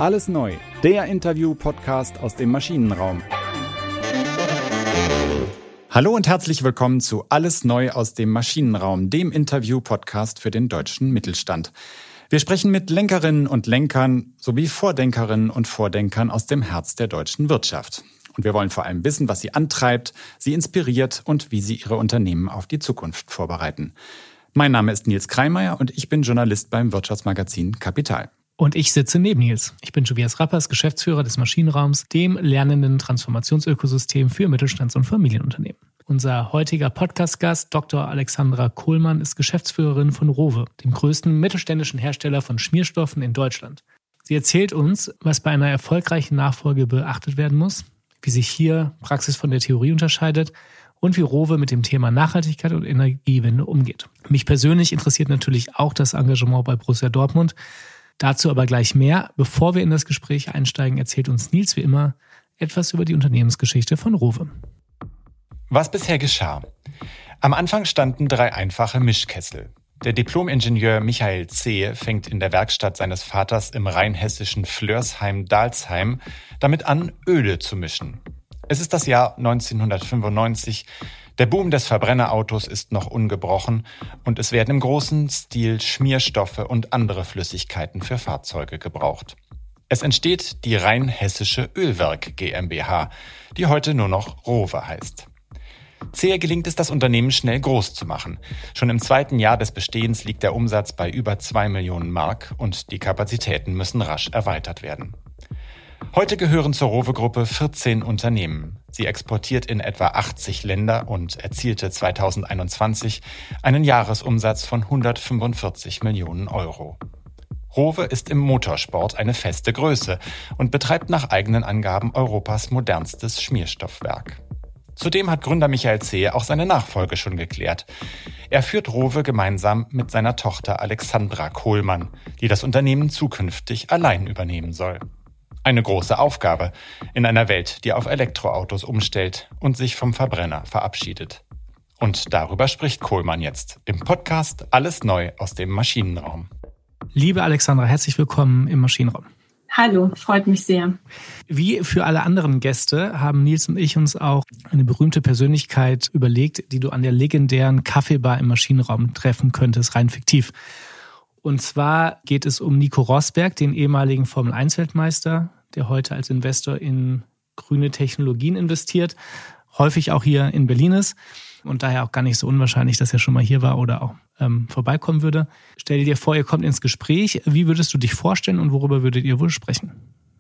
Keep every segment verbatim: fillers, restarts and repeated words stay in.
Alles neu, der Interview-Podcast aus dem Maschinenraum. Hallo und herzlich willkommen zu Alles neu aus dem Maschinenraum, dem Interview-Podcast für den deutschen Mittelstand. Wir sprechen mit Lenkerinnen und Lenkern sowie Vordenkerinnen und Vordenkern aus dem Herz der deutschen Wirtschaft. Und wir wollen vor allem wissen, was sie antreibt, sie inspiriert und wie sie ihre Unternehmen auf die Zukunft vorbereiten. Mein Name ist Nils Kreimeier und ich bin Journalist beim Wirtschaftsmagazin Kapital. Und ich sitze neben Nils. Ich bin Tobias Rappers, Geschäftsführer des Maschinenraums, dem lernenden Transformationsökosystem für Mittelstands- und Familienunternehmen. Unser heutiger Podcast-Gast, Doktor Alexandra Kohlmann, ist Geschäftsführerin von Rowe, dem größten mittelständischen Hersteller von Schmierstoffen in Deutschland. Sie erzählt uns, was bei einer erfolgreichen Nachfolge beachtet werden muss, wie sich hier Praxis von der Theorie unterscheidet und wie Rowe mit dem Thema Nachhaltigkeit und Energiewende umgeht. Mich persönlich interessiert natürlich auch das Engagement bei Borussia Dortmund. Dazu aber gleich mehr. Bevor wir in das Gespräch einsteigen, erzählt uns Nils wie immer etwas über die Unternehmensgeschichte von Rowe. Was bisher geschah? Am Anfang standen drei einfache Mischkessel. Der Diplom-Ingenieur Michael Zehe fängt in der Werkstatt seines Vaters im rheinhessischen Flörsheim-Dalsheim damit an, Öle zu mischen. Es ist das Jahr neunzehnhundertfünfundneunzig. Der Boom des Verbrennerautos ist noch ungebrochen und es werden im großen Stil Schmierstoffe und andere Flüssigkeiten für Fahrzeuge gebraucht. Es entsteht die Rheinhessische Ölwerk GmbH, die heute nur noch Rowe heißt. Zehe gelingt es, das Unternehmen schnell groß zu machen. Schon im zweiten Jahr des Bestehens liegt der Umsatz bei über zwei Millionen Mark und die Kapazitäten müssen rasch erweitert werden. Heute gehören zur Rowe-Gruppe vierzehn Unternehmen. Sie exportiert in etwa achtzig Länder und erzielte zweitausendeinundzwanzig einen Jahresumsatz von hundertfünfundvierzig Millionen Euro. Rowe ist im Motorsport eine feste Größe und betreibt nach eigenen Angaben Europas modernstes Schmierstoffwerk. Zudem hat Gründer Michael Zehe auch seine Nachfolge schon geklärt. Er führt Rowe gemeinsam mit seiner Tochter Alexandra Kohlmann, die das Unternehmen zukünftig allein übernehmen soll. Eine große Aufgabe in einer Welt, die auf Elektroautos umstellt und sich vom Verbrenner verabschiedet. Und darüber spricht Kohlmann jetzt im Podcast Alles neu aus dem Maschinenraum. Liebe Alexandra, herzlich willkommen im Maschinenraum. Hallo, freut mich sehr. Wie für alle anderen Gäste haben Nils und ich uns auch eine berühmte Persönlichkeit überlegt, die du an der legendären Kaffeebar im Maschinenraum treffen könntest, rein fiktiv. Und zwar geht es um Nico Rosberg, den ehemaligen Formel eins Weltmeister, der heute als Investor in grüne Technologien investiert, häufig auch hier in Berlin ist und daher auch gar nicht so unwahrscheinlich, dass er schon mal hier war oder auch ähm, vorbeikommen würde. Stell dir vor, ihr kommt ins Gespräch. Wie würdest du dich vorstellen und worüber würdet ihr wohl sprechen?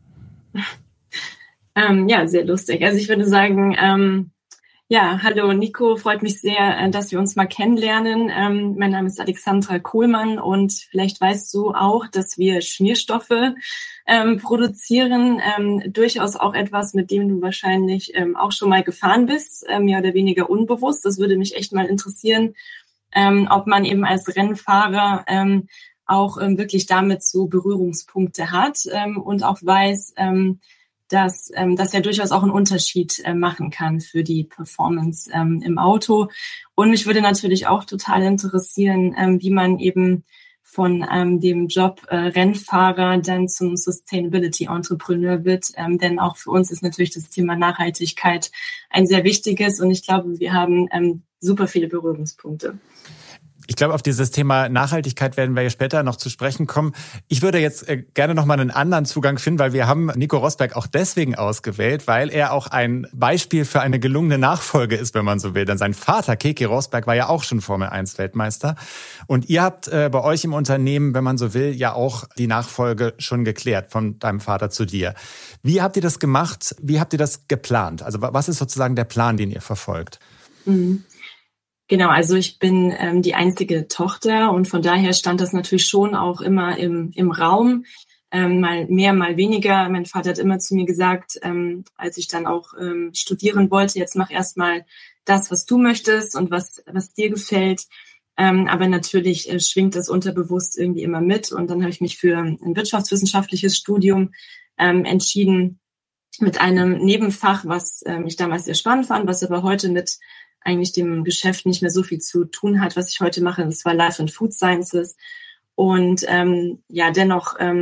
Ähm, ja, sehr lustig. Also ich würde sagen, ähm, ja, hallo Nico, freut mich sehr, dass wir uns mal kennenlernen. Ähm, mein Name ist Alexandra Kohlmann und vielleicht weißt du auch, dass wir Schmierstoffe ähm, produzieren. Ähm, durchaus auch etwas, mit dem du wahrscheinlich ähm, auch schon mal gefahren bist, äh, mehr oder weniger unbewusst. Das würde mich echt mal interessieren, ähm, ob man eben als Rennfahrer ähm, auch ähm, wirklich damit so Berührungspunkte hat ähm, und auch weiß, ähm, dass ähm, das ja durchaus auch einen Unterschied äh, machen kann für die Performance ähm, im Auto. Und mich würde natürlich auch total interessieren, ähm, wie man eben von ähm, dem Job äh, Rennfahrer dann zum Sustainability-Entrepreneur wird. Ähm, denn auch für uns ist natürlich das Thema Nachhaltigkeit ein sehr wichtiges und ich glaube, wir haben ähm, super viele Berührungspunkte. Ich glaube, auf dieses Thema Nachhaltigkeit werden wir ja später noch zu sprechen kommen. Ich würde jetzt gerne noch mal einen anderen Zugang finden, weil wir haben Nico Rosberg auch deswegen ausgewählt, weil er auch ein Beispiel für eine gelungene Nachfolge ist, wenn man so will. Denn sein Vater, Keke Rosberg, war ja auch schon Formel eins Weltmeister. Und ihr habt äh, bei euch im Unternehmen, wenn man so will, ja auch die Nachfolge schon geklärt von deinem Vater zu dir. Wie habt ihr das gemacht? Wie habt ihr das geplant? Also was ist sozusagen der Plan, den ihr verfolgt? Mhm. Genau, also ich bin ähm, die einzige Tochter und von daher stand das natürlich schon auch immer im, im Raum, ähm, mal mehr, mal weniger. Mein Vater hat immer zu mir gesagt, ähm, als ich dann auch ähm, studieren wollte, jetzt mach erst mal das, was du möchtest und was, was dir gefällt. Ähm, aber natürlich äh, schwingt das unterbewusst irgendwie immer mit und dann habe ich mich für ein wirtschaftswissenschaftliches Studium ähm, entschieden mit einem Nebenfach, was ähm, ich damals sehr spannend fand, was aber heute mit eigentlich dem Geschäft nicht mehr so viel zu tun hat, was ich heute mache. Das war Life and Food Sciences. Und ähm, ja, dennoch ähm,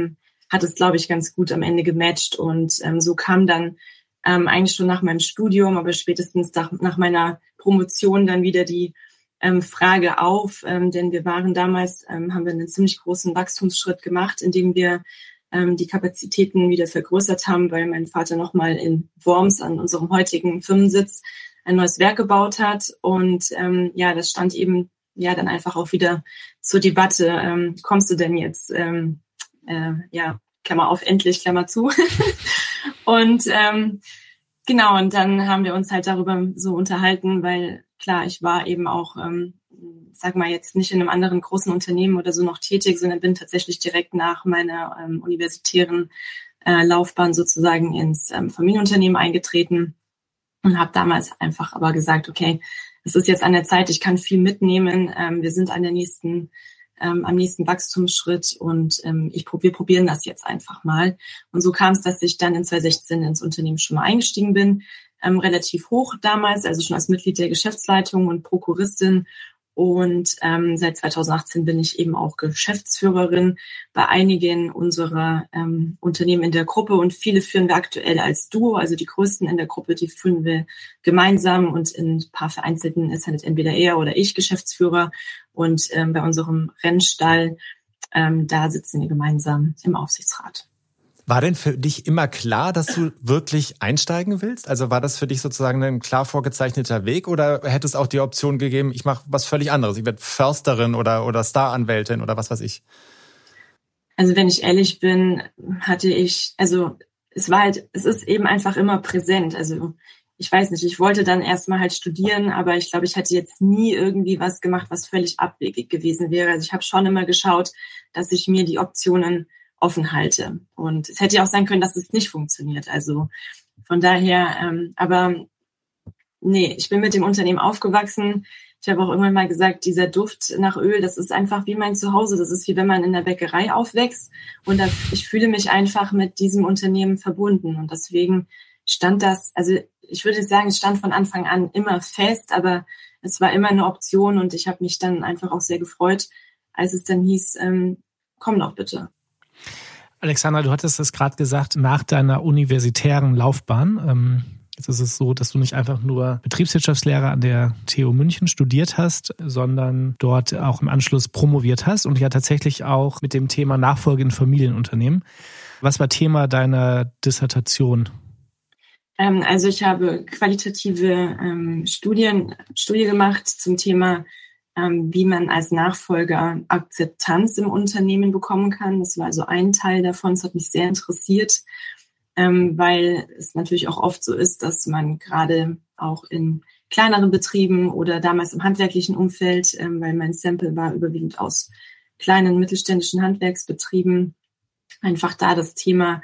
hat es, glaube ich, ganz gut am Ende gematcht. Und ähm, so kam dann ähm, eigentlich schon nach meinem Studium, aber spätestens nach, nach meiner Promotion dann wieder die ähm, Frage auf. Ähm, denn wir waren damals, ähm, haben wir einen ziemlich großen Wachstumsschritt gemacht, indem wir ähm, die Kapazitäten wieder vergrößert haben, weil mein Vater nochmal in Worms an unserem heutigen Firmensitz ein neues Werk gebaut hat. Und ähm, ja, das stand eben ja dann einfach auch wieder zur Debatte. Ähm, kommst du denn jetzt, ähm, äh, ja, Klammer auf, endlich, Klammer zu. Und ähm, genau, und dann haben wir uns halt darüber so unterhalten, weil klar, ich war eben auch, ähm, sag mal jetzt nicht in einem anderen großen Unternehmen oder so noch tätig, sondern bin tatsächlich direkt nach meiner ähm, universitären äh, Laufbahn sozusagen ins ähm, Familienunternehmen eingetreten und habe damals einfach aber gesagt, okay, es ist jetzt an der Zeit, ich kann viel mitnehmen, ähm, wir sind an der nächsten Ähm, am nächsten Wachstumsschritt und ähm, ich wir probieren das jetzt einfach mal. Und so kam es, dass ich dann in zwanzig sechzehn ins Unternehmen schon mal eingestiegen bin, ähm, relativ hoch damals, also schon als Mitglied der Geschäftsleitung und Prokuristin. Und ähm, seit zwanzig achtzehn bin ich eben auch Geschäftsführerin bei einigen unserer ähm, Unternehmen in der Gruppe und viele führen wir aktuell als Duo, also die größten in der Gruppe, die führen wir gemeinsam und in ein paar vereinzelten ist halt entweder er oder ich Geschäftsführer und ähm, bei unserem Rennstall, ähm, da sitzen wir gemeinsam im Aufsichtsrat. War denn für dich immer klar, dass du wirklich einsteigen willst? Also war das für dich sozusagen ein klar vorgezeichneter Weg oder hätte es auch die Option gegeben, ich mache was völlig anderes, ich werde Försterin oder, oder Staranwältin oder was weiß ich? Also wenn ich ehrlich bin, hatte ich, also es war halt, es ist eben einfach immer präsent. Also ich weiß nicht, ich wollte dann erstmal halt studieren, aber ich glaube, ich hätte jetzt nie irgendwie was gemacht, was völlig abwegig gewesen wäre. Also ich habe schon immer geschaut, dass ich mir die Optionen offen halte. Und es hätte ja auch sein können, dass es nicht funktioniert. Also von daher, ähm, aber nee, ich bin mit dem Unternehmen aufgewachsen. Ich habe auch irgendwann mal gesagt, dieser Duft nach Öl, das ist einfach wie mein Zuhause. Das ist wie wenn man in der Bäckerei aufwächst. Und das, ich fühle mich einfach mit diesem Unternehmen verbunden. Und deswegen stand das, also ich würde sagen, es stand von Anfang an immer fest, aber es war immer eine Option. Und ich habe mich dann einfach auch sehr gefreut, als es dann hieß, ähm, komm doch bitte. Alexandra, du hattest es gerade gesagt, nach deiner universitären Laufbahn. Ähm, jetzt ist es so, dass du nicht einfach nur Betriebswirtschaftslehre an der T U München studiert hast, sondern dort auch im Anschluss promoviert hast und ja tatsächlich auch mit dem Thema Nachfolge in Familienunternehmen. Was war Thema deiner Dissertation? Ähm, also ich habe qualitative ähm, Studien, Studie gemacht zum Thema wie man als Nachfolger Akzeptanz im Unternehmen bekommen kann. Das war also ein Teil davon. Das hat mich sehr interessiert, weil es natürlich auch oft so ist, dass man gerade auch in kleineren Betrieben oder damals im handwerklichen Umfeld, weil mein Sample war überwiegend aus kleinen mittelständischen Handwerksbetrieben, einfach da das Thema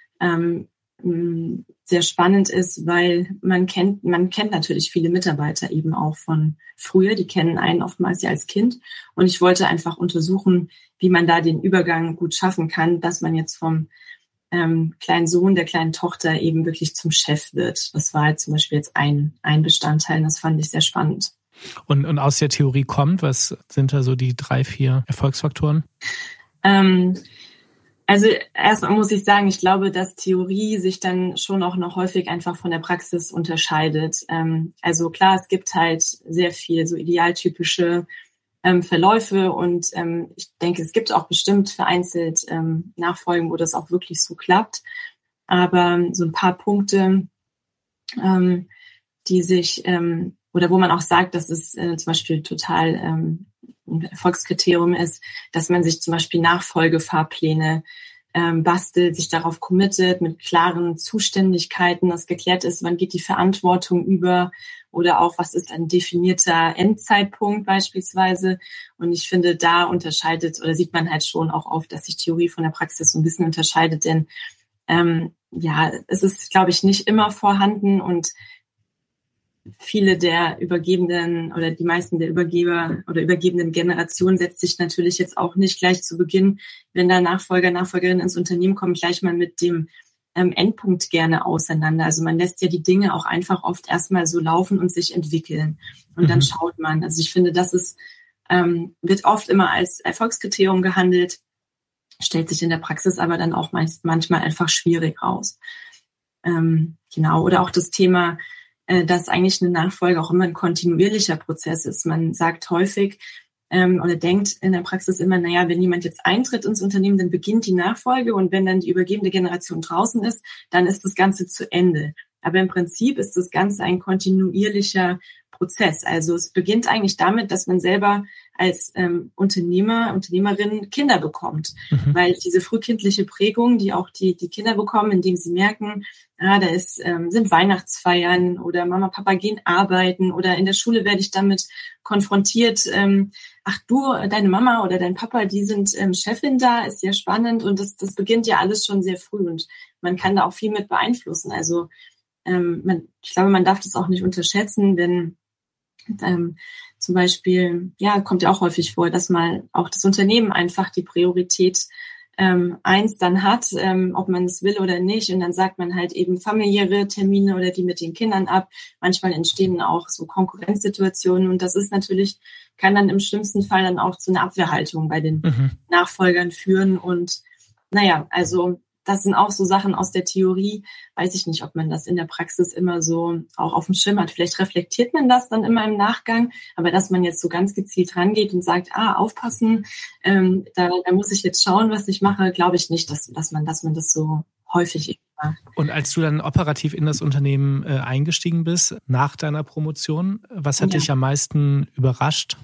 sehr spannend ist, weil man kennt, man kennt natürlich viele Mitarbeiter eben auch von früher, die kennen einen oftmals ja als Kind. Und ich wollte einfach untersuchen, wie man da den Übergang gut schaffen kann, dass man jetzt vom ähm, kleinen Sohn, der kleinen Tochter eben wirklich zum Chef wird. Das war halt zum Beispiel jetzt ein, ein Bestandteil, und das fand ich sehr spannend. Und, und aus der Theorie kommt, was sind da so die drei, vier Erfolgsfaktoren? Ähm, Also erstmal muss ich sagen, ich glaube, dass Theorie sich dann schon auch noch häufig einfach von der Praxis unterscheidet. Ähm, also klar, es gibt halt sehr viel so idealtypische ähm, Verläufe und ähm, ich denke, es gibt auch bestimmt vereinzelt ähm, Nachfolgen, wo das auch wirklich so klappt. Aber so ein paar Punkte, ähm, die sich ähm, oder wo man auch sagt, dass es äh, zum Beispiel total ähm, ein Erfolgskriterium ist, dass man sich zum Beispiel Nachfolgefahrpläne ähm, bastelt, sich darauf committet, mit klaren Zuständigkeiten, dass geklärt ist, wann geht die Verantwortung über oder auch, was ist ein definierter Endzeitpunkt beispielsweise. Und ich finde, da unterscheidet oder sieht man halt schon auch oft, dass sich Theorie von der Praxis so ein bisschen unterscheidet, denn ähm, ja, es ist, glaube ich, nicht immer vorhanden und viele der übergebenden oder die meisten der Übergeber oder übergebenden Generationen setzt sich natürlich jetzt auch nicht gleich zu Beginn, wenn da Nachfolger, Nachfolgerinnen ins Unternehmen kommen, gleich mal mit dem ähm, Endpunkt gerne auseinander. Also man lässt ja die Dinge auch einfach oft erstmal so laufen und sich entwickeln. Und mhm. dann schaut man. Also ich finde, das ist, ähm, wird oft immer als Erfolgskriterium gehandelt. stellt sich in der Praxis aber dann auch meist, manchmal einfach schwierig raus. Ähm, genau, oder auch das Thema, äh, dass eigentlich eine Nachfolge auch immer ein kontinuierlicher Prozess ist. Man sagt häufig ähm, oder denkt in der Praxis immer, naja, wenn jemand jetzt eintritt ins Unternehmen, dann beginnt die Nachfolge und wenn dann die übergebende Generation draußen ist, dann ist das Ganze zu Ende. Aber im Prinzip ist das Ganze ein kontinuierlicher Prozess. Also es beginnt eigentlich damit, dass man selber als ähm, Unternehmer, Unternehmerin Kinder bekommt. Mhm. Weil diese frühkindliche Prägung, die auch die, die Kinder bekommen, indem sie merken, ah, da ist, ähm, sind Weihnachtsfeiern oder Mama, Papa gehen arbeiten oder in der Schule werde ich damit konfrontiert, ähm, ach du, deine Mama oder dein Papa, die sind ähm, Chefin da, ist sehr spannend und das, das beginnt ja alles schon sehr früh und man kann da auch viel mit beeinflussen. Also ähm, man, ich glaube, man darf das auch nicht unterschätzen, wenn ähm, zum Beispiel, ja, kommt ja auch häufig vor, dass mal auch das Unternehmen einfach die Priorität ähm, eins dann hat, ähm, ob man es will oder nicht. Und dann sagt man halt eben familiäre Termine oder die mit den Kindern ab. Manchmal entstehen auch so Konkurrenzsituationen. Und das ist natürlich, kann dann im schlimmsten Fall dann auch zu einer Abwehrhaltung bei den mhm. Nachfolgern führen. Und naja, also das sind auch so Sachen aus der Theorie. Weiß ich nicht, ob man das in der Praxis immer so auch auf dem Schirm hat. Vielleicht reflektiert man das dann immer im Nachgang, aber dass man jetzt so ganz gezielt rangeht und sagt, ah, aufpassen, ähm, da, da muss ich jetzt schauen, was ich mache, glaube ich nicht, dass, dass man, dass man das so häufig macht. Und als du dann operativ in das Unternehmen äh, eingestiegen bist, nach deiner Promotion, was hat ja. dich am meisten überrascht?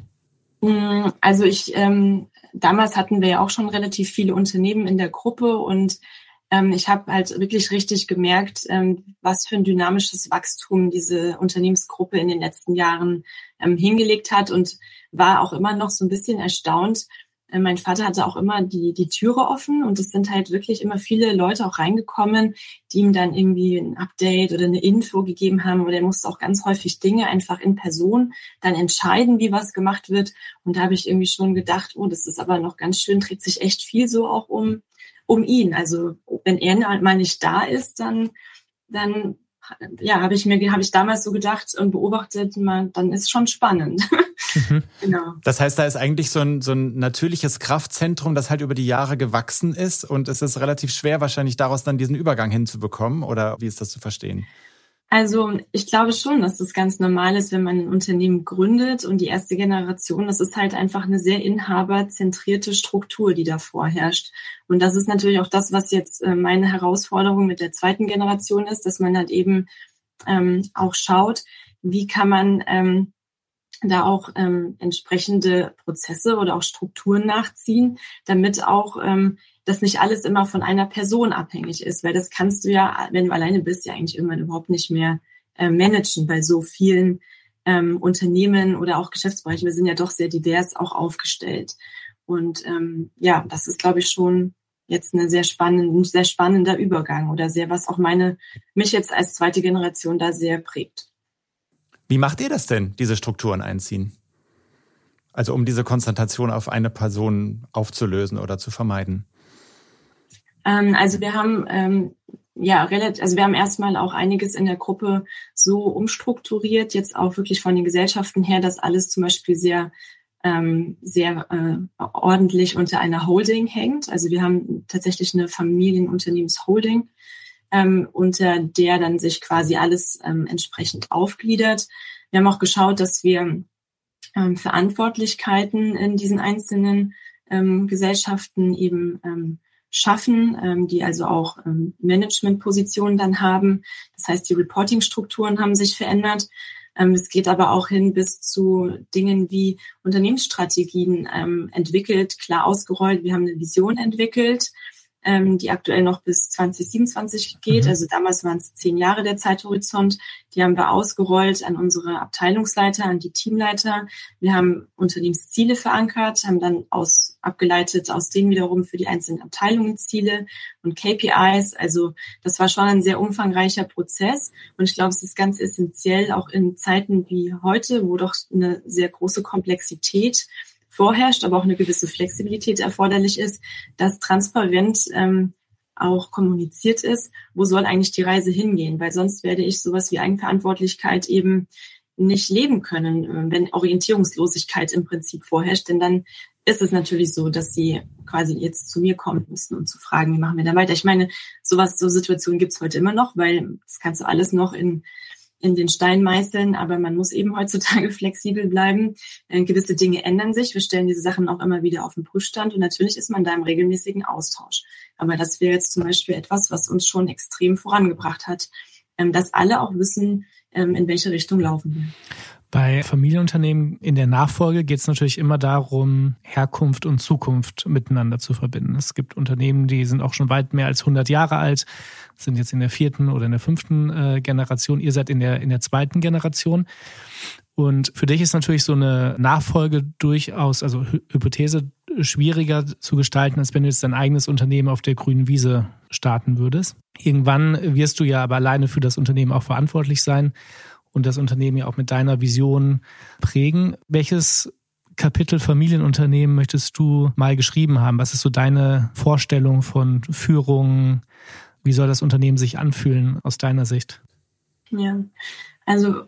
Also ich, ähm, damals hatten wir ja auch schon relativ viele Unternehmen in der Gruppe und ich habe halt wirklich richtig gemerkt, was für ein dynamisches Wachstum diese Unternehmensgruppe in den letzten Jahren hingelegt hat und war auch immer noch so ein bisschen erstaunt. Mein Vater hatte auch immer die, die Türe offen und es sind halt wirklich immer viele Leute auch reingekommen, die ihm dann irgendwie ein Update oder eine Info gegeben haben oder er musste auch ganz häufig Dinge einfach in Person dann entscheiden, wie was gemacht wird. Und da habe ich irgendwie schon gedacht, oh, das ist aber noch ganz schön, dreht sich echt viel so auch um um ihn. Also wenn er mal nicht da ist, dann, dann ja, habe ich mir, habe ich damals so gedacht und beobachtet, man, dann ist schon spannend. Mhm. Genau. Das heißt, da ist eigentlich so ein, so ein natürliches Kraftzentrum, das halt über die Jahre gewachsen ist und es ist relativ schwer, wahrscheinlich daraus dann diesen Übergang hinzubekommen, oder wie ist das zu verstehen? Also ich glaube schon, dass das ganz normal ist, wenn man ein Unternehmen gründet und die erste Generation, das ist halt einfach eine sehr inhaberzentrierte Struktur, die da vorherrscht. Und das ist natürlich auch das, was jetzt meine Herausforderung mit der zweiten Generation ist, dass man halt eben ähm, auch schaut, wie kann man ähm, da auch ähm, entsprechende Prozesse oder auch Strukturen nachziehen, damit auch ähm, dass nicht alles immer von einer Person abhängig ist, weil das kannst du ja, wenn du alleine bist, ja eigentlich irgendwann überhaupt nicht mehr äh, managen bei so vielen ähm, Unternehmen oder auch Geschäftsbereichen. Wir sind ja doch sehr divers auch aufgestellt. Und ähm, ja, das ist, glaube ich, schon jetzt eine sehr spannende, ein sehr spannender Übergang oder sehr, was auch meine, mich jetzt als zweite Generation da sehr prägt. Wie macht ihr das denn, diese Strukturen einziehen? Also um diese Konzentration auf eine Person aufzulösen oder zu vermeiden? Also wir haben ähm, ja relativ, also wir haben erstmal auch einiges in der Gruppe so umstrukturiert, jetzt auch wirklich von den Gesellschaften her, dass alles zum Beispiel sehr ähm, sehr äh, ordentlich unter einer Holding hängt. Also wir haben tatsächlich eine Familienunternehmensholding, ähm, unter der dann sich quasi alles ähm, entsprechend aufgliedert. Wir haben auch geschaut, dass wir ähm, Verantwortlichkeiten in diesen einzelnen ähm, Gesellschaften eben ähm, schaffen, ähm, die also auch ähm, Managementpositionen dann haben. Das heißt, die Reporting-Strukturen haben sich verändert. Ähm, es geht aber auch hin bis zu Dingen wie Unternehmensstrategien ähm, entwickelt, klar ausgerollt. Wir haben eine Vision entwickelt, ähm, die aktuell noch bis zwanzig siebenundzwanzig geht. Mhm. Also damals waren es zehn Jahre der Zeithorizont. Die haben wir ausgerollt an unsere Abteilungsleiter, an die Teamleiter. Wir haben Unternehmensziele verankert, haben dann aus abgeleitet aus denen wiederum für die einzelnen Abteilungen Ziele und K P Is. Also das war schon ein sehr umfangreicher Prozess. Und ich glaube, es ist ganz essentiell, auch in Zeiten wie heute, wo doch eine sehr große Komplexität vorherrscht, aber auch eine gewisse Flexibilität erforderlich ist, dass transparent ähm, auch kommuniziert ist, wo soll eigentlich die Reise hingehen, weil sonst werde ich sowas wie Eigenverantwortlichkeit eben nicht leben können, wenn Orientierungslosigkeit im Prinzip vorherrscht, denn dann ist es natürlich so, dass sie quasi jetzt zu mir kommen müssen, um zu fragen, wie machen wir da weiter. Ich meine, sowas, so Situationen gibt's heute immer noch, weil das kannst du alles noch in in den Stein meißeln, aber man muss eben heutzutage flexibel bleiben. Äh, gewisse Dinge ändern sich. Wir stellen diese Sachen auch immer wieder auf den Prüfstand und natürlich ist man da im regelmäßigen Austausch. Aber das wäre jetzt zum Beispiel etwas, was uns schon extrem vorangebracht hat, ähm, dass alle auch wissen, ähm, in welche Richtung laufen wir. Bei Familienunternehmen in der Nachfolge geht es natürlich immer darum, Herkunft und Zukunft miteinander zu verbinden. Es gibt Unternehmen, die sind auch schon weit mehr als hundert Jahre alt, sind jetzt in der vierten oder in der fünften äh, Generation. Ihr seid in der, in der zweiten Generation. Und für dich ist natürlich so eine Nachfolge durchaus, also Hypothese, schwieriger zu gestalten, als wenn du jetzt dein eigenes Unternehmen auf der grünen Wiese starten würdest. Irgendwann wirst du ja aber alleine für das Unternehmen auch verantwortlich sein und das Unternehmen ja auch mit deiner Vision prägen. Welches Kapitel Familienunternehmen möchtest du mal geschrieben haben? Was ist so deine Vorstellung von Führung? Wie soll das Unternehmen sich anfühlen aus deiner Sicht? Ja, also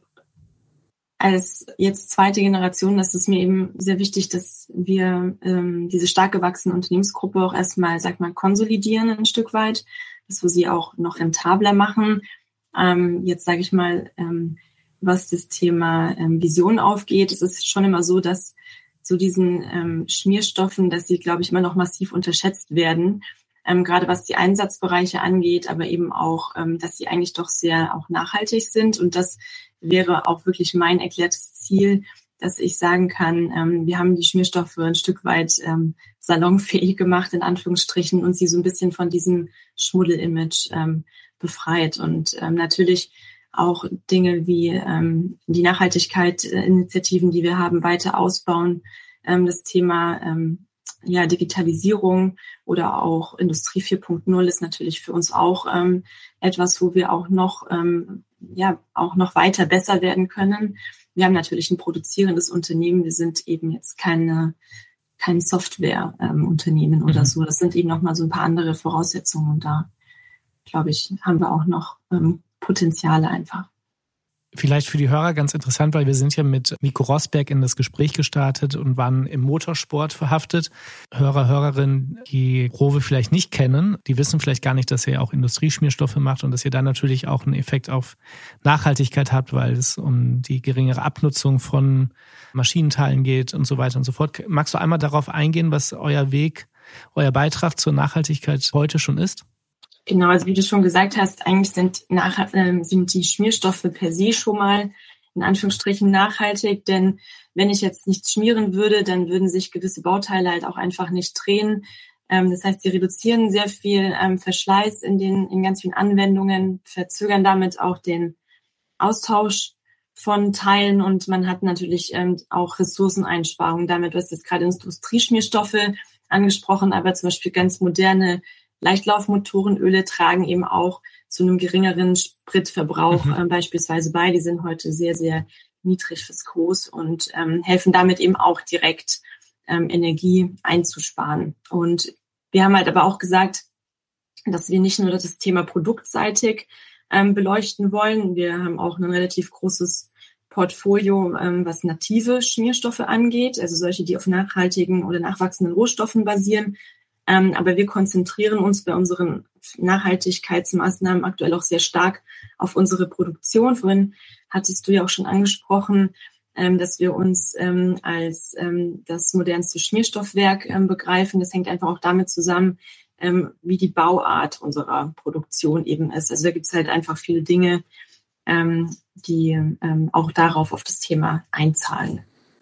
als jetzt zweite Generation, das ist mir eben sehr wichtig, dass wir ähm, diese stark gewachsene Unternehmensgruppe auch erstmal, sag mal, konsolidieren ein Stück weit, dass wir sie auch noch rentabler machen. Ähm, jetzt sage ich mal, ähm, was das Thema ähm, Vision aufgeht. Es ist schon immer so, dass so diesen ähm, Schmierstoffen, dass sie, glaube ich, immer noch massiv unterschätzt werden, ähm, gerade was die Einsatzbereiche angeht, aber eben auch, ähm, dass sie eigentlich doch sehr auch nachhaltig sind. Und das wäre auch wirklich mein erklärtes Ziel, dass ich sagen kann, ähm, wir haben die Schmierstoffe ein Stück weit ähm, salonfähig gemacht, in Anführungsstrichen, und sie so ein bisschen von diesem Schmuddel-Image ähm, befreit. Und ähm, natürlich auch Dinge wie ähm, die Nachhaltigkeit, äh, Initiativen, die wir haben, weiter ausbauen. Ähm, das Thema ähm, ja, Digitalisierung oder auch Industrie vier Punkt null ist natürlich für uns auch ähm, etwas, wo wir auch noch ähm, ja auch noch weiter besser werden können. Wir haben natürlich ein produzierendes Unternehmen. Wir sind eben jetzt keine kein Software-Unternehmen ähm, oder mhm. so. Das sind eben noch mal so ein paar andere Voraussetzungen. Und da, glaube ich, haben wir auch noch ähm, Potenziale einfach. Vielleicht für die Hörer ganz interessant, weil wir sind ja mit Nico Rosberg in das Gespräch gestartet und waren im Motorsport verhaftet. Hörer, Hörerinnen, die Rowe vielleicht nicht kennen, die wissen vielleicht gar nicht, dass ihr auch Industrieschmierstoffe macht und dass ihr dann natürlich auch einen Effekt auf Nachhaltigkeit habt, weil es um die geringere Abnutzung von Maschinenteilen geht und so weiter und so fort. Magst du einmal darauf eingehen, was euer Weg, euer Beitrag zur Nachhaltigkeit heute schon ist? Genau, also wie du schon gesagt hast, eigentlich sind, nach, äh, sind die Schmierstoffe per se schon mal in Anführungsstrichen nachhaltig, denn wenn ich jetzt nichts schmieren würde, dann würden sich gewisse Bauteile halt auch einfach nicht drehen. Ähm, das heißt, sie reduzieren sehr viel ähm, Verschleiß in den in ganz vielen Anwendungen, verzögern damit auch den Austausch von Teilen und man hat natürlich ähm, auch Ressourceneinsparungen damit. Du hast jetzt gerade Industrieschmierstoffe angesprochen, aber zum Beispiel ganz moderne Leichtlaufmotorenöle tragen eben auch zu einem geringeren Spritverbrauch mhm. äh, beispielsweise bei. Die sind heute sehr, sehr niedrig viskos und ähm, helfen damit eben auch direkt ähm, Energie einzusparen. Und wir haben halt aber auch gesagt, dass wir nicht nur das Thema produktseitig ähm, beleuchten wollen. Wir haben auch ein relativ großes Portfolio, ähm, was native Schmierstoffe angeht, also solche, die auf nachhaltigen oder nachwachsenden Rohstoffen basieren. Ähm, aber wir konzentrieren uns bei unseren Nachhaltigkeitsmaßnahmen aktuell auch sehr stark auf unsere Produktion. Vorhin hattest du ja auch schon angesprochen, ähm, dass wir uns ähm, als ähm, das modernste Schmierstoffwerk ähm, begreifen. Das hängt einfach auch damit zusammen, ähm, wie die Bauart unserer Produktion eben ist. Also da gibt es halt einfach viele Dinge, ähm, die ähm, auch darauf, auf das Thema einzahlen.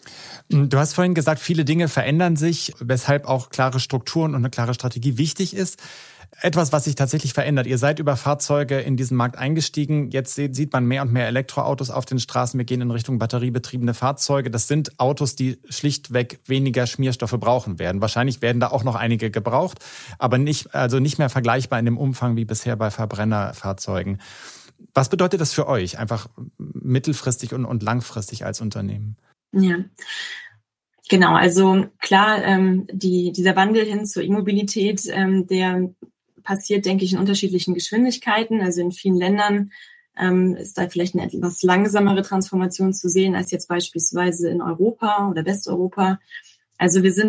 Du hast vorhin gesagt, viele Dinge verändern sich, weshalb auch klare Strukturen und eine klare Strategie wichtig ist. Etwas, was sich tatsächlich verändert. Ihr seid über Fahrzeuge in diesen Markt eingestiegen. Jetzt sieht man mehr und mehr Elektroautos auf den Straßen. Wir gehen in Richtung batteriebetriebene Fahrzeuge. Das sind Autos, die schlichtweg weniger Schmierstoffe brauchen werden. Wahrscheinlich werden da auch noch einige gebraucht, aber nicht, also nicht mehr vergleichbar in dem Umfang wie bisher bei Verbrennerfahrzeugen. Was bedeutet das für euch, einfach mittelfristig und, und langfristig als Unternehmen? Ja, genau. Also klar, ähm, die, dieser Wandel hin zur E-Mobilität, ähm, der passiert, denke ich, in unterschiedlichen Geschwindigkeiten. Also in vielen Ländern ähm, ist da vielleicht eine etwas langsamere Transformation zu sehen als jetzt beispielsweise in Europa oder Westeuropa. Also wir sind jetzt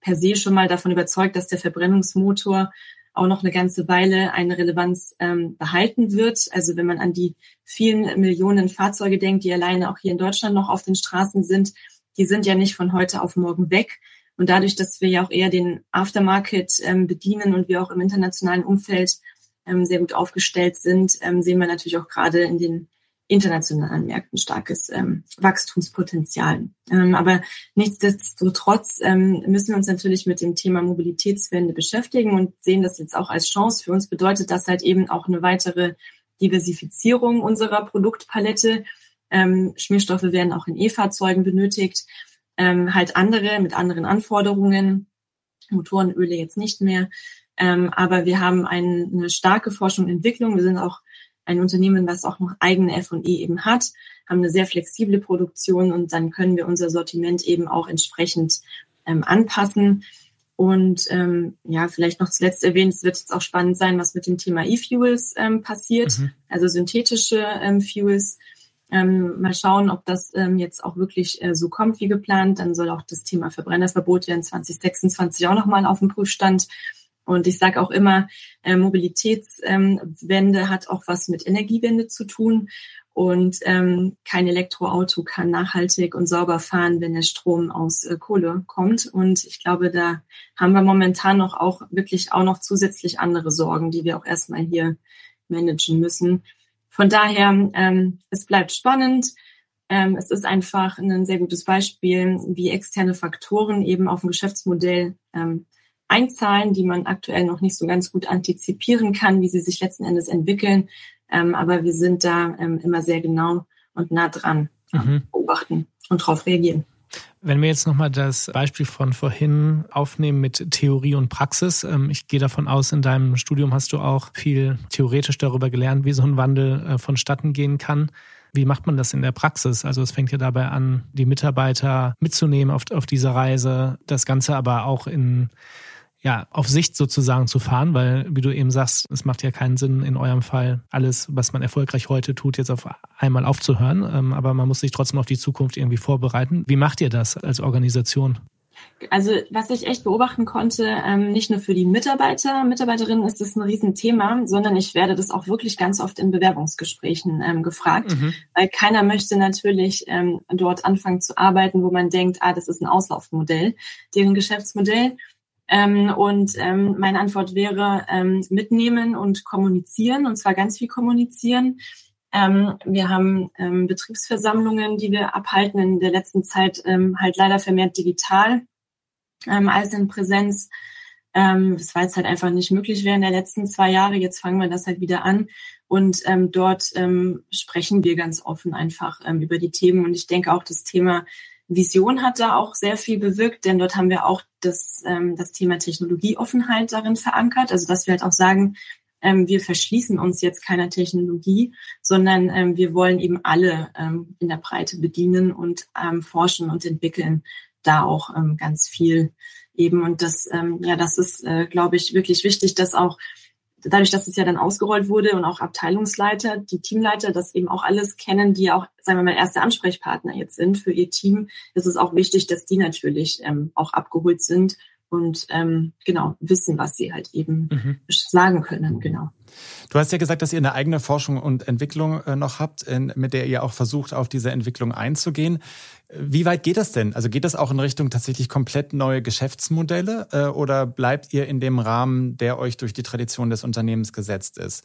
per se schon mal davon überzeugt, dass der Verbrennungsmotor auch noch eine ganze Weile eine Relevanz ähm, behalten wird. Also wenn man an die vielen Millionen Fahrzeuge denkt, die alleine auch hier in Deutschland noch auf den Straßen sind, die sind ja nicht von heute auf morgen weg. Und dadurch, dass wir ja auch eher den Aftermarket ähm, bedienen und wir auch im internationalen Umfeld ähm, sehr gut aufgestellt sind, ähm, sehen wir natürlich auch gerade in den internationalen Märkten starkes ähm, Wachstumspotenzial. Ähm, aber nichtsdestotrotz ähm, müssen wir uns natürlich mit dem Thema Mobilitätswende beschäftigen und sehen das jetzt auch als Chance. Für uns bedeutet das halt eben auch eine weitere Diversifizierung unserer Produktpalette. Ähm, Schmierstoffe werden auch in E-Fahrzeugen benötigt, ähm, halt andere mit anderen Anforderungen, Motorenöle jetzt nicht mehr. Ähm, aber wir haben ein, eine starke Forschung und Entwicklung. Wir sind auch ein Unternehmen, was auch noch eigene F und E eben hat, haben eine sehr flexible Produktion und dann können wir unser Sortiment eben auch entsprechend ähm, anpassen. Und ähm, ja, vielleicht noch zuletzt erwähnt, es wird jetzt auch spannend sein, was mit dem Thema E-Fuels ähm, passiert, mhm. also synthetische ähm, Fuels. Ähm, mal schauen, ob das ähm, jetzt auch wirklich äh, so kommt wie geplant. Dann soll auch das Thema Verbrennerverbot ja in zwanzig sechsundzwanzig auch nochmal auf dem Prüfstand. Und ich sage auch immer, äh, Mobilitätswende ähm, hat auch was mit Energiewende zu tun. Und ähm, kein Elektroauto kann nachhaltig und sauber fahren, wenn der Strom aus äh, Kohle kommt. Und ich glaube, da haben wir momentan noch auch wirklich auch noch zusätzlich andere Sorgen, die wir auch erstmal hier managen müssen. Von daher, ähm, es bleibt spannend. Ähm, es ist einfach ein sehr gutes Beispiel, wie externe Faktoren eben auf ein Geschäftsmodell ähm, einzahlen, die man aktuell noch nicht so ganz gut antizipieren kann, wie sie sich letzten Endes entwickeln. Ähm, aber wir sind da ähm, immer sehr genau und nah dran, mhm. beobachten und darauf reagieren. Wenn wir jetzt nochmal das Beispiel von vorhin aufnehmen mit Theorie und Praxis. Ähm, ich gehe davon aus, in deinem Studium hast du auch viel theoretisch darüber gelernt, wie so ein Wandel äh, vonstatten gehen kann. Wie macht man das in der Praxis? Also es fängt ja dabei an, die Mitarbeiter mitzunehmen auf, auf dieser Reise, das Ganze aber auch in ja, auf Sicht sozusagen zu fahren, weil, wie du eben sagst, es macht ja keinen Sinn, in eurem Fall alles, was man erfolgreich heute tut, jetzt auf einmal aufzuhören. Aber man muss sich trotzdem auf die Zukunft irgendwie vorbereiten. Wie macht ihr das als Organisation? Also was ich echt beobachten konnte, ähm, nicht nur für die Mitarbeiter, Mitarbeiterinnen ist das ein Riesenthema, sondern ich werde das auch wirklich ganz oft in Bewerbungsgesprächen ähm, gefragt, mhm. weil keiner möchte natürlich ähm, dort anfangen zu arbeiten, wo man denkt, ah, das ist ein Auslaufmodell, deren Geschäftsmodell. Ähm, und ähm, meine Antwort wäre, ähm, mitnehmen und kommunizieren, und zwar ganz viel kommunizieren. Ähm, wir haben ähm, Betriebsversammlungen, die wir abhalten, in der letzten Zeit ähm, halt leider vermehrt digital ähm, als in Präsenz. Ähm, das war jetzt halt einfach nicht möglich während der letzten zwei Jahre. Jetzt fangen wir das halt wieder an. Und ähm, dort ähm, sprechen wir ganz offen einfach ähm, über die Themen. Und ich denke auch, das Thema Vision hat da auch sehr viel bewirkt, denn dort haben wir auch das, ähm, das Thema Technologieoffenheit darin verankert. Also dass wir halt auch sagen, ähm, wir verschließen uns jetzt keiner Technologie, sondern ähm, wir wollen eben alle ähm, in der Breite bedienen und ähm, forschen und entwickeln da auch ähm, ganz viel eben. Und das, ähm, ja, das ist, äh, glaube ich, wirklich wichtig, dass auch dadurch, dass es ja dann ausgerollt wurde und auch Abteilungsleiter, die Teamleiter das eben auch alles kennen, die auch, sagen wir mal, erste Ansprechpartner jetzt sind für ihr Team, ist es auch wichtig, dass die natürlich ähm, auch abgeholt sind und ähm, genau wissen, was sie halt eben mhm. sagen können. Genau. Du hast ja gesagt, dass ihr eine eigene Forschung und Entwicklung äh, noch habt, in, mit der ihr auch versucht, auf diese Entwicklung einzugehen. Wie weit geht das denn? Also geht das auch in Richtung tatsächlich komplett neue Geschäftsmodelle äh, oder bleibt ihr in dem Rahmen, der euch durch die Tradition des Unternehmens gesetzt ist?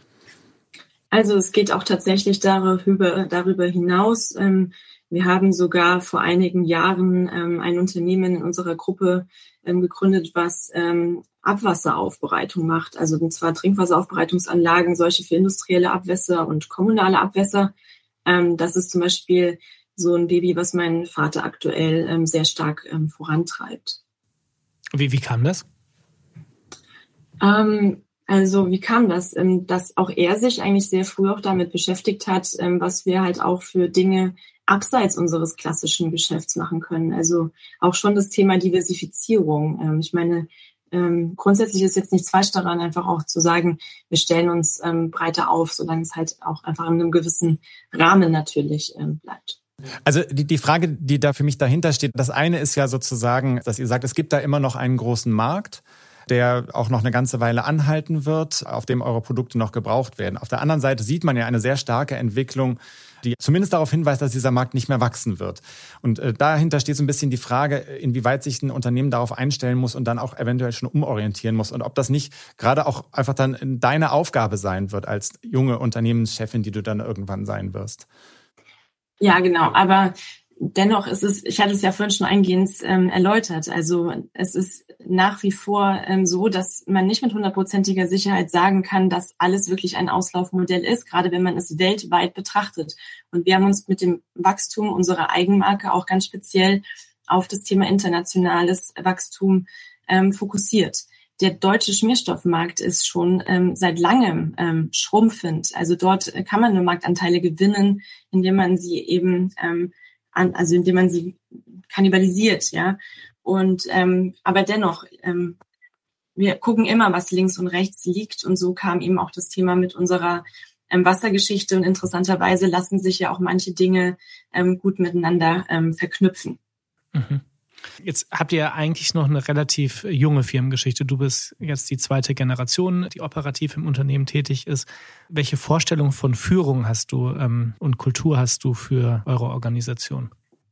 Also es geht auch tatsächlich darüber, darüber hinaus. Ähm, wir haben sogar vor einigen Jahren ähm, ein Unternehmen in unserer Gruppe ähm, gegründet, was ähm, Abwasseraufbereitung macht. Also und zwar Trinkwasseraufbereitungsanlagen, solche für industrielle Abwässer und kommunale Abwässer. Ähm, das ist zum Beispiel so ein Baby, was mein Vater aktuell ähm, sehr stark ähm, vorantreibt. Wie, wie kam das? Ähm, also wie kam das? Ähm, dass auch er sich eigentlich sehr früh auch damit beschäftigt hat, ähm, was wir halt auch für Dinge abseits unseres klassischen Geschäfts machen können. Also auch schon das Thema Diversifizierung. Ähm, ich meine, ähm, grundsätzlich ist jetzt nichts falsch daran, einfach auch zu sagen, wir stellen uns ähm, breiter auf, solange es halt auch einfach in einem gewissen Rahmen natürlich ähm, bleibt. Also die, die Frage, die da für mich dahinter steht, das eine ist ja sozusagen, dass ihr sagt, es gibt da immer noch einen großen Markt, der auch noch eine ganze Weile anhalten wird, auf dem eure Produkte noch gebraucht werden. Auf der anderen Seite sieht man ja eine sehr starke Entwicklung, die zumindest darauf hinweist, dass dieser Markt nicht mehr wachsen wird. Und äh, dahinter steht so ein bisschen die Frage, inwieweit sich ein Unternehmen darauf einstellen muss und dann auch eventuell schon umorientieren muss. Und ob das nicht gerade auch einfach dann deine Aufgabe sein wird als junge Unternehmenschefin, die du dann irgendwann sein wirst. Ja, genau. Aber dennoch ist es, ich hatte es ja vorhin schon eingehend ähm, erläutert, also es ist nach wie vor ähm, so, dass man nicht mit hundertprozentiger Sicherheit sagen kann, dass alles wirklich ein Auslaufmodell ist, gerade wenn man es weltweit betrachtet. Und wir haben uns mit dem Wachstum unserer Eigenmarke auch ganz speziell auf das Thema internationales Wachstum ähm, fokussiert. Der deutsche Schmierstoffmarkt ist schon ähm, seit langem ähm, schrumpfend. Also dort kann man nur Marktanteile gewinnen, indem man sie eben ähm, an, also indem man sie kannibalisiert, ja. Und ähm, aber dennoch, ähm, wir gucken immer, was links und rechts liegt, und so kam eben auch das Thema mit unserer ähm, Wassergeschichte. Und interessanterweise lassen sich ja auch manche Dinge ähm, gut miteinander ähm, verknüpfen. Mhm. Jetzt habt ihr eigentlich noch eine relativ junge Firmengeschichte. Du bist jetzt die zweite Generation, die operativ im Unternehmen tätig ist. Welche Vorstellung von Führung hast du ähm, und Kultur hast du für eure Organisation?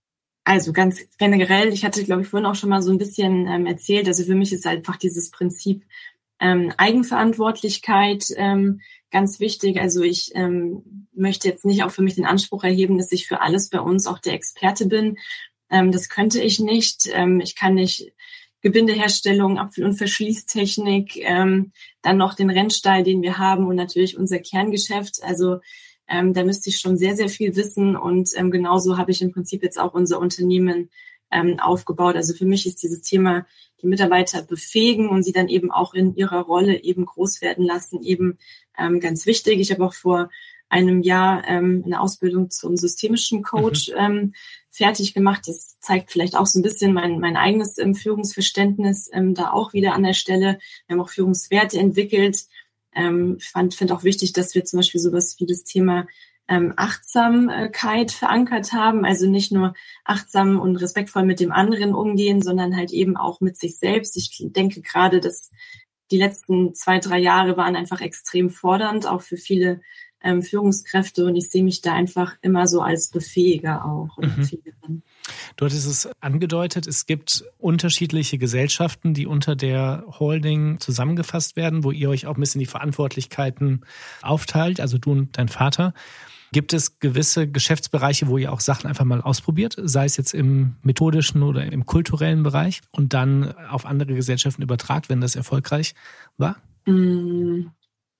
Also ganz generell, ich hatte, glaube ich, vorhin auch schon mal so ein bisschen ähm, erzählt, also für mich ist einfach dieses Prinzip ähm, Eigenverantwortlichkeit ähm, ganz wichtig. Also ich ähm, möchte jetzt nicht auch für mich den Anspruch erheben, dass ich für alles bei uns auch der Experte bin. Das könnte ich nicht. Ich kann nicht Gebindeherstellung, Apfel- und Verschließtechnik, dann noch den Rennstall, den wir haben, und natürlich unser Kerngeschäft. Also da müsste ich schon sehr, sehr viel wissen. Und genauso habe ich im Prinzip jetzt auch unser Unternehmen aufgebaut. Also für mich ist dieses Thema, die Mitarbeiter befähigen und sie dann eben auch in ihrer Rolle eben groß werden lassen, eben ganz wichtig. Ich habe auch vor einem Jahr ähm, eine Ausbildung zum systemischen Coach mhm. ähm, fertig gemacht. Das zeigt vielleicht auch so ein bisschen mein, mein eigenes ähm, Führungsverständnis ähm, da auch wieder an der Stelle. Wir haben auch Führungswerte entwickelt. Ähm, ich fand, finde auch wichtig, dass wir zum Beispiel sowas wie das Thema ähm, Achtsamkeit verankert haben. Also nicht nur achtsam und respektvoll mit dem anderen umgehen, sondern halt eben auch mit sich selbst. Ich denke gerade, dass die letzten zwei, drei Jahre waren einfach extrem fordernd, auch für viele Ähm, Führungskräfte, und ich sehe mich da einfach immer so als Befähiger auch. Mhm. Du hattest es angedeutet, es gibt unterschiedliche Gesellschaften, die unter der Holding zusammengefasst werden, wo ihr euch auch ein bisschen die Verantwortlichkeiten aufteilt, also du und dein Vater. Gibt es gewisse Geschäftsbereiche, wo ihr auch Sachen einfach mal ausprobiert, sei es jetzt im methodischen oder im kulturellen Bereich, und dann auf andere Gesellschaften übertragt, wenn das erfolgreich war? Mhm.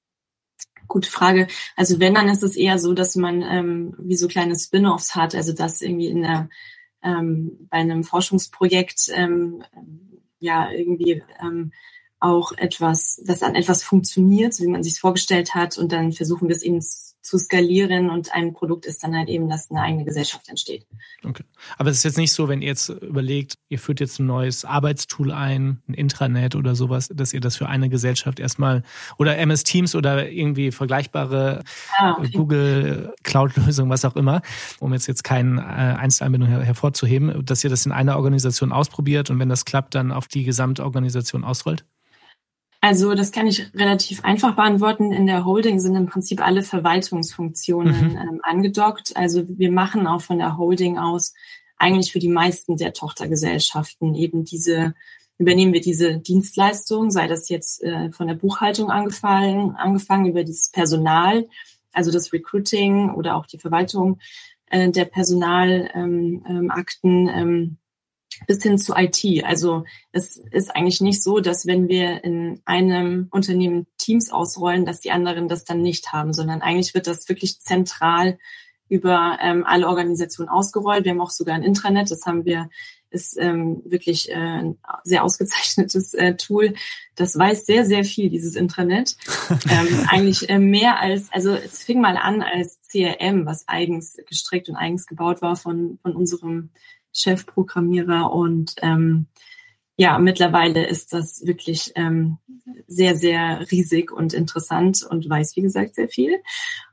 Gute Frage. Also wenn, dann ist es eher so, dass man ähm, wie so kleine Spin-offs hat, also dass irgendwie in der, ähm, bei einem Forschungsprojekt ähm, ja irgendwie ähm, auch etwas, dass an etwas funktioniert, so wie man sich es vorgestellt hat, und dann versuchen wir es eben zu skalieren, und ein Produkt ist dann halt eben, dass eine eigene Gesellschaft entsteht. Okay. Aber es ist jetzt nicht so, wenn ihr jetzt überlegt, ihr führt jetzt ein neues Arbeitstool ein, ein Intranet oder sowas, dass ihr das für eine Gesellschaft erstmal, oder M S Teams oder irgendwie vergleichbare ah, okay. Google Cloud-Lösung, was auch immer, um jetzt jetzt keine äh, Einzelanbindung her- hervorzuheben, dass ihr das in einer Organisation ausprobiert und wenn das klappt, dann auf die gesamte Organisation ausrollt? Also das kann ich relativ einfach beantworten. In der Holding sind im Prinzip alle Verwaltungsfunktionen mhm. ähm, angedockt. Also wir machen auch von der Holding aus eigentlich für die meisten der Tochtergesellschaften eben diese, übernehmen wir diese Dienstleistung, sei das jetzt äh, von der Buchhaltung angefangen, angefangen über dieses Personal, also das Recruiting oder auch die Verwaltung äh, der Personalakten, ähm, ähm, ähm, bis hin zu I T. Also es ist eigentlich nicht so, dass wenn wir in einem Unternehmen Teams ausrollen, dass die anderen das dann nicht haben, sondern eigentlich wird das wirklich zentral über ähm, alle Organisationen ausgerollt. Wir haben auch sogar ein Intranet, das haben wir, ist ähm, wirklich äh, ein sehr ausgezeichnetes äh, Tool. Das weiß sehr, sehr viel, dieses Intranet. ähm, eigentlich äh, mehr als, also es fing mal an als C R M, was eigens gestrickt und eigens gebaut war von von unserem Chefprogrammierer, und ähm, ja, mittlerweile ist das wirklich ähm, sehr, sehr riesig und interessant und weiß, wie gesagt, sehr viel.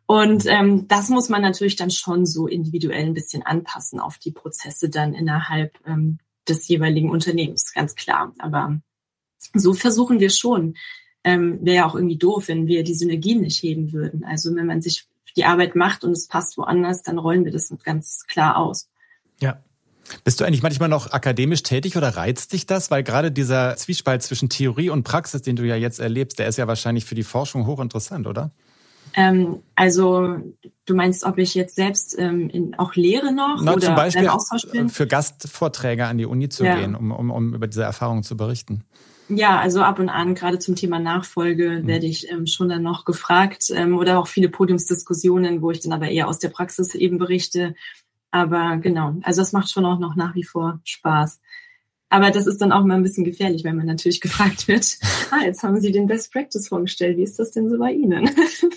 Und ähm, das muss man natürlich dann schon so individuell ein bisschen anpassen auf die Prozesse dann innerhalb ähm, des jeweiligen Unternehmens, ganz klar. Aber so versuchen wir schon. Ähm, wäre ja auch irgendwie doof, wenn wir die Synergien nicht heben würden. Also wenn man sich die Arbeit macht und es passt woanders, dann rollen wir das ganz klar aus. Ja. Bist du eigentlich manchmal noch akademisch tätig oder reizt dich das? Weil gerade dieser Zwiespalt zwischen Theorie und Praxis, den du ja jetzt erlebst, der ist ja wahrscheinlich für die Forschung hochinteressant, oder? Ähm, also du meinst, ob ich jetzt selbst ähm, in, auch lehre noch? Na, oder zum Beispiel bin? Für Gastvorträge an die Uni zu ja. gehen, um, um, um über diese Erfahrungen zu berichten. Ja, also ab und an, gerade zum Thema Nachfolge, mhm. werde ich ähm, schon dann noch gefragt ähm, oder auch viele Podiumsdiskussionen, wo ich dann aber eher aus der Praxis eben berichte. Aber genau, also das macht schon auch noch nach wie vor Spaß. Aber das ist dann auch mal ein bisschen gefährlich, wenn man natürlich gefragt wird, ah, jetzt haben Sie den Best Practice vorgestellt, wie ist das denn so bei Ihnen?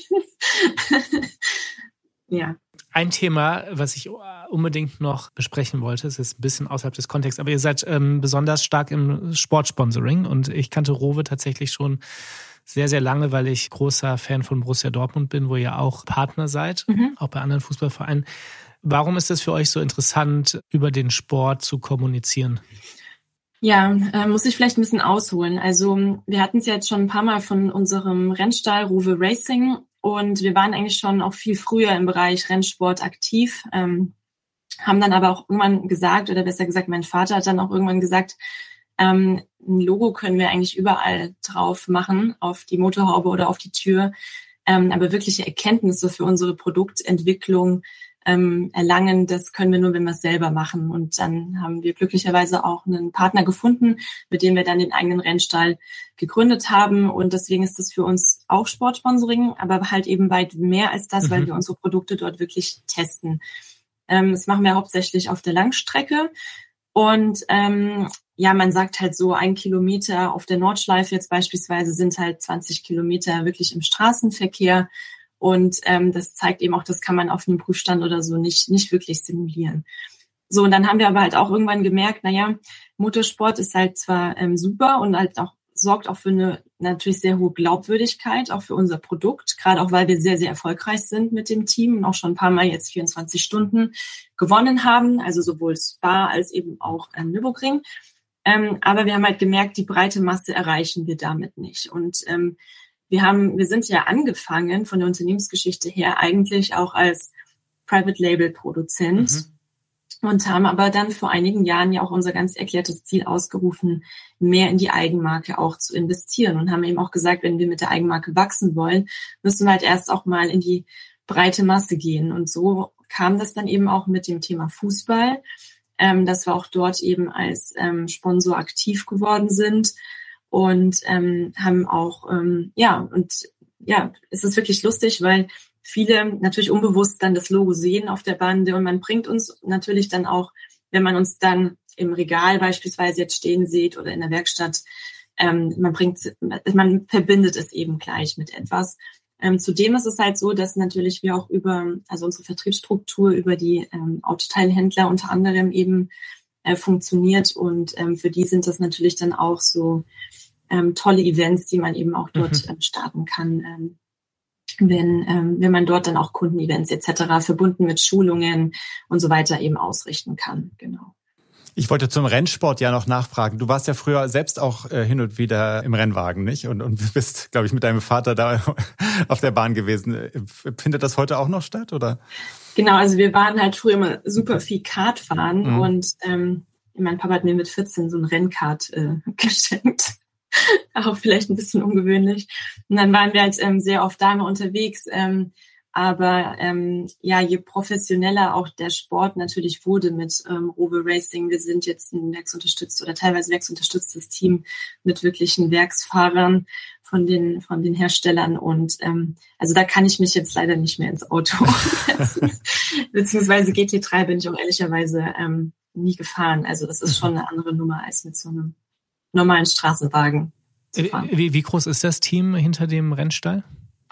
Ja. Ein Thema, was ich unbedingt noch besprechen wollte, es ist ein bisschen außerhalb des Kontexts, aber ihr seid ähm, besonders stark im Sportsponsoring und ich kannte Rowe tatsächlich schon sehr, sehr lange, weil ich großer Fan von Borussia Dortmund bin, wo ihr auch Partner seid, mhm. auch bei anderen Fußballvereinen. Warum ist es für euch so interessant, über den Sport zu kommunizieren? Ja, äh, muss ich vielleicht ein bisschen ausholen. Also wir hatten es ja jetzt schon ein paar Mal von unserem Rennstall Rowe Racing und wir waren eigentlich schon auch viel früher im Bereich Rennsport aktiv, ähm, haben dann aber auch irgendwann gesagt, oder besser gesagt, mein Vater hat dann auch irgendwann gesagt, ähm, ein Logo können wir eigentlich überall drauf machen, auf die Motorhaube oder auf die Tür, ähm, aber wirkliche Erkenntnisse für unsere Produktentwicklung Ähm, erlangen, das können wir nur, wenn wir es selber machen. Und dann haben wir glücklicherweise auch einen Partner gefunden, mit dem wir dann den eigenen Rennstall gegründet haben. Und deswegen ist das für uns auch Sportsponsoring, aber halt eben weit mehr als das, mhm. weil wir unsere Produkte dort wirklich testen. Ähm, das machen wir hauptsächlich auf der Langstrecke. Und ähm, ja, man sagt halt so, ein Kilometer auf der Nordschleife jetzt beispielsweise sind halt zwanzig Kilometer wirklich im Straßenverkehr. Und ähm, das zeigt eben auch, das kann man auf einem Prüfstand oder so nicht nicht wirklich simulieren. So, und dann haben wir aber halt auch irgendwann gemerkt, naja, Motorsport ist halt zwar ähm, super und halt auch sorgt auch für eine natürlich sehr hohe Glaubwürdigkeit, auch für unser Produkt, gerade auch, weil wir sehr, sehr erfolgreich sind mit dem Team und auch schon ein paar Mal jetzt vierundzwanzig Stunden gewonnen haben, also sowohl Spa als eben auch ähm, Nürburgring. Ähm, aber wir haben halt gemerkt, die breite Masse erreichen wir damit nicht. Und ähm, Wir haben, wir sind ja angefangen von der Unternehmensgeschichte her eigentlich auch als Private Label Produzent mhm. und haben aber dann vor einigen Jahren ja auch unser ganz erklärtes Ziel ausgerufen, mehr in die Eigenmarke auch zu investieren und haben eben auch gesagt, wenn wir mit der Eigenmarke wachsen wollen, müssen wir halt erst auch mal in die breite Masse gehen. Und so kam das dann eben auch mit dem Thema Fußball, ähm, dass wir auch dort eben als ähm, Sponsor aktiv geworden sind. Und ähm, haben auch, ähm, ja, und ja, es ist wirklich lustig, weil viele natürlich unbewusst dann das Logo sehen auf der Bande und man bringt uns natürlich dann auch, wenn man uns dann im Regal beispielsweise jetzt stehen sieht oder in der Werkstatt, ähm, man bringt, man verbindet es eben gleich mit etwas. Ähm, zudem ist es halt so, dass natürlich wir auch über, also unsere Vertriebsstruktur über die ähm, Autoteilhändler unter anderem eben äh, funktioniert und ähm, für die sind das natürlich dann auch so ähm, tolle Events, die man eben auch dort mhm. ähm, starten kann, ähm, wenn ähm, wenn man dort dann auch Kundenevents et cetera verbunden mit Schulungen und so weiter eben ausrichten kann. Genau. Ich wollte zum Rennsport ja noch nachfragen. Du warst ja früher selbst auch äh, hin und wieder im Rennwagen, nicht? Und, und bist, glaube ich, mit deinem Vater da auf der Bahn gewesen. Findet das heute auch noch statt, oder? Genau, also wir waren halt früher immer super viel Kart fahren mhm. und ähm, mein Papa hat mir mit vierzehn so ein Rennkart äh, geschenkt. Auch vielleicht ein bisschen ungewöhnlich. Und dann waren wir halt ähm, sehr oft da immer unterwegs. Ähm, aber ähm, ja, je professioneller auch der Sport natürlich wurde mit ähm, Rowe Racing, wir sind jetzt ein werksunterstützt oder teilweise werksunterstütztes Team mit wirklichen Werksfahrern von den von den Herstellern. Und ähm, also da kann ich mich jetzt leider nicht mehr ins Auto setzen. Beziehungsweise G T drei bin ich auch ehrlicherweise ähm, nie gefahren. Also das ist schon eine andere Nummer als mit so einem normalen Straßenwagen zu fahren. Wie, wie groß ist das Team hinter dem Rennstall?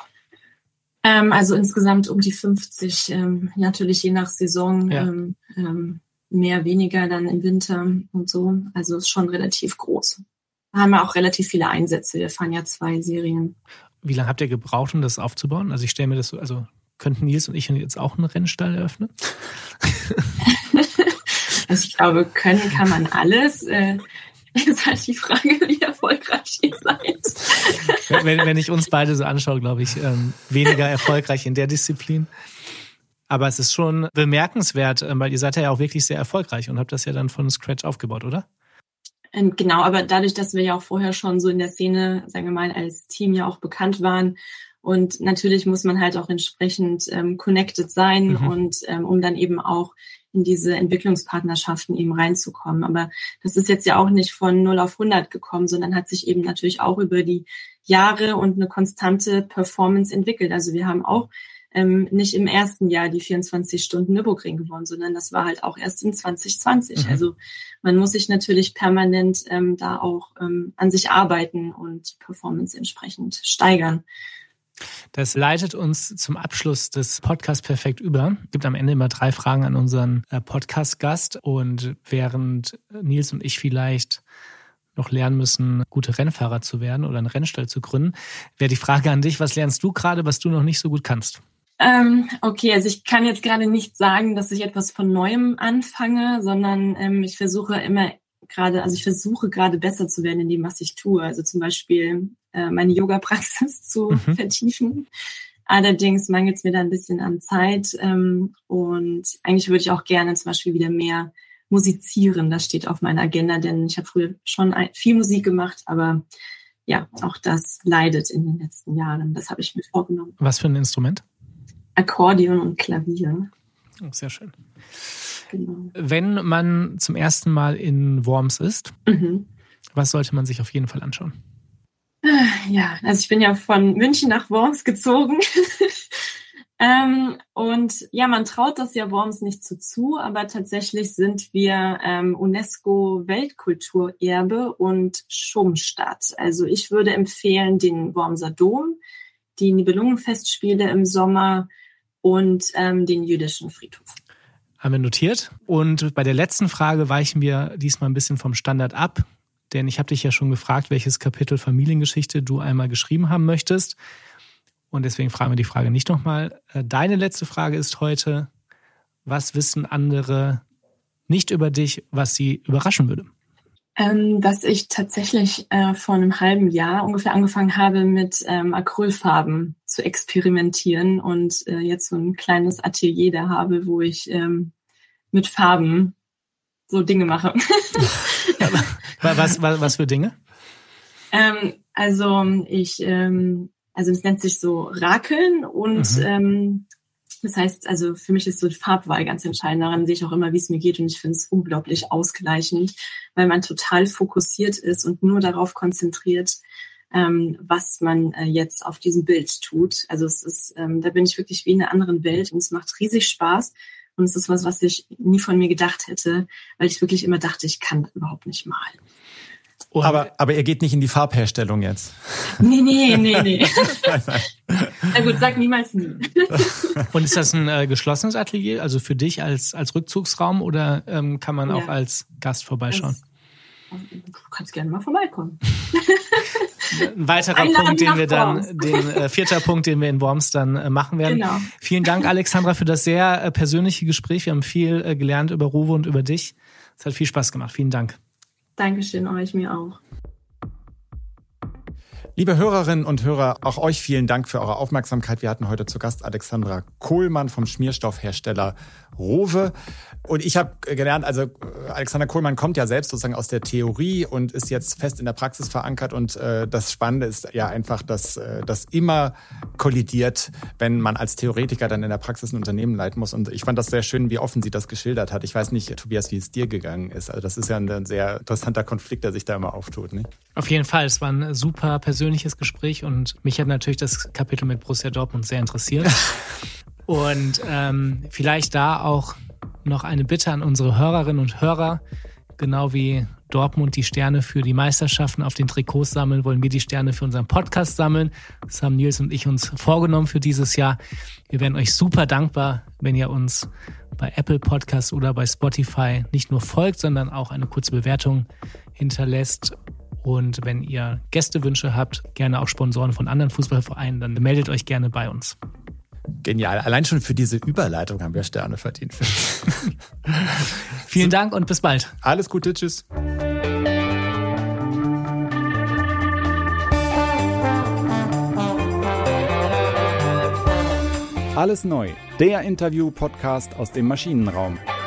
Ähm, also insgesamt um die fünfzig, ähm, natürlich je nach Saison, ja. ähm, ähm, mehr, weniger dann im Winter und so. Also ist schon relativ groß. Wir haben ja auch relativ viele Einsätze. Wir fahren ja zwei Serien. Wie lange habt ihr gebraucht, um das aufzubauen? Also ich stelle mir das so, also könnten Nils und ich jetzt auch einen Rennstall eröffnen? Also ich glaube, können kann man alles. Äh, ist halt die Frage, wie erfolgreich ihr seid. Wenn, wenn ich uns beide so anschaue, glaube ich, ähm, weniger erfolgreich in der Disziplin. Aber es ist schon bemerkenswert, weil ihr seid ja auch wirklich sehr erfolgreich und habt das ja dann von Scratch aufgebaut, oder? Genau, aber dadurch, dass wir ja auch vorher schon so in der Szene, sagen wir mal, als Team ja auch bekannt waren, und natürlich muss man halt auch entsprechend ähm, connected sein, mhm. und ähm, um dann eben auch in diese Entwicklungspartnerschaften eben reinzukommen. Aber das ist jetzt ja auch nicht von null auf hundert gekommen, sondern hat sich eben natürlich auch über die Jahre und eine konstante Performance entwickelt. Also wir haben auch ähm, nicht im ersten Jahr die vierundzwanzig Stunden Nürburgring gewonnen, sondern das war halt auch erst in zwanzig zwanzig. Mhm. Also man muss sich natürlich permanent ähm, da auch ähm, an sich arbeiten und die Performance entsprechend steigern. Das leitet uns zum Abschluss des Podcasts perfekt über. Es gibt am Ende immer drei Fragen an unseren Podcast-Gast. Und während Nils und ich vielleicht noch lernen müssen, gute Rennfahrer zu werden oder einen Rennstall zu gründen, wäre die Frage an dich, was lernst du gerade, was du noch nicht so gut kannst? Ähm, okay, also ich kann jetzt gerade nicht sagen, dass ich etwas von Neuem anfange, sondern ähm, ich versuche immer gerade, also ich versuche gerade besser zu werden in dem, was ich tue. Also zum Beispiel äh, meine Yoga-Praxis zu mhm. vertiefen. Allerdings mangelt es mir da ein bisschen an Zeit. Ähm, und eigentlich würde ich auch gerne zum Beispiel wieder mehr musizieren. Das steht auf meiner Agenda, denn ich habe früher schon viel Musik gemacht, aber ja, auch das leidet in den letzten Jahren. Das habe ich mir vorgenommen. Was für ein Instrument? Akkordeon und Klavier. Oh, sehr schön. Genau. Wenn man zum ersten Mal in Worms ist, mhm. was sollte man sich auf jeden Fall anschauen? Ja, also ich bin ja von München nach Worms gezogen. ähm, und ja, man traut das ja Worms nicht so zu, aber tatsächlich sind wir ähm, UNESCO-Weltkulturerbe und Schummstadt. Also ich würde empfehlen den Wormser Dom, die Nibelungenfestspiele im Sommer und ähm, den jüdischen Friedhof. Haben wir notiert. Und bei der letzten Frage weichen wir diesmal ein bisschen vom Standard ab. Denn ich habe dich ja schon gefragt, welches Kapitel Familiengeschichte du einmal geschrieben haben möchtest. Und deswegen fragen wir die Frage nicht nochmal. Deine letzte Frage ist heute, was wissen andere nicht über dich, was sie überraschen würde? Ähm, dass ich tatsächlich äh, vor einem halben Jahr ungefähr angefangen habe, mit ähm, Acrylfarben zu experimentieren und äh, jetzt so ein kleines Atelier da habe, wo ich ähm, mit Farben so Dinge mache. was, was, was für Dinge? Ähm, also ich, ähm, also es nennt sich so Rakeln und mhm. ähm, das heißt, also für mich ist so die Farbwahl ganz entscheidend. Daran sehe ich auch immer, wie es mir geht. Und ich finde es unglaublich ausgleichend, weil man total fokussiert ist und nur darauf konzentriert, ähm, was man äh, jetzt auf diesem Bild tut. Also es ist, ähm, da bin ich wirklich wie in einer anderen Welt und es macht riesig Spaß. Und es ist was, was ich nie von mir gedacht hätte, weil ich wirklich immer dachte, ich kann überhaupt nicht malen. Und aber, aber ihr geht nicht in die Farbherstellung jetzt? Nee, nee, nee, nee. Na gut, sag niemals nie. Und ist das ein äh, geschlossenes Atelier, also für dich als, als Rückzugsraum oder ähm, kann man ja. auch als Gast vorbeischauen? Das, du kannst gerne mal vorbeikommen. Ein weiterer Einladen Punkt, den wir dann, den äh, vierter Punkt, den wir in Worms dann äh, machen werden. Genau. Vielen Dank, Alexandra, für das sehr äh, persönliche Gespräch. Wir haben viel äh, gelernt über Rowe und über dich. Es hat viel Spaß gemacht. Vielen Dank. Dankeschön, euch, mir auch. Liebe Hörerinnen und Hörer, auch euch vielen Dank für eure Aufmerksamkeit. Wir hatten heute zu Gast Alexandra Kohlmann vom Schmierstoffhersteller Rowe. Und ich habe gelernt, also Alexandra Kohlmann kommt ja selbst sozusagen aus der Theorie und ist jetzt fest in der Praxis verankert. Und äh, das Spannende ist ja einfach, dass äh, das immer kollidiert, wenn man als Theoretiker dann in der Praxis ein Unternehmen leiten muss. Und ich fand das sehr schön, wie offen sie das geschildert hat. Ich weiß nicht, Tobias, wie es dir gegangen ist. Also das ist ja ein sehr interessanter Konflikt, der sich da immer auftut, nicht? Auf jeden Fall. Es war ein super persönliches Gespräch und mich hat natürlich das Kapitel mit Borussia Dortmund sehr interessiert. Und ähm, vielleicht da auch noch eine Bitte an unsere Hörerinnen und Hörer. Genau wie Dortmund die Sterne für die Meisterschaften auf den Trikots sammeln, wollen wir die Sterne für unseren Podcast sammeln. Das haben Nils und ich uns vorgenommen für dieses Jahr. Wir wären euch super dankbar, wenn ihr uns bei Apple Podcasts oder bei Spotify nicht nur folgt, sondern auch eine kurze Bewertung hinterlässt. Und wenn ihr Gästewünsche habt, gerne auch Sponsoren von anderen Fußballvereinen, dann meldet euch gerne bei uns. Genial. Allein schon für diese Überleitung haben wir Sterne verdient. Vielen Dank und bis bald. Alles Gute, tschüss. Alles neu, der Interview-Podcast aus dem Maschinenraum.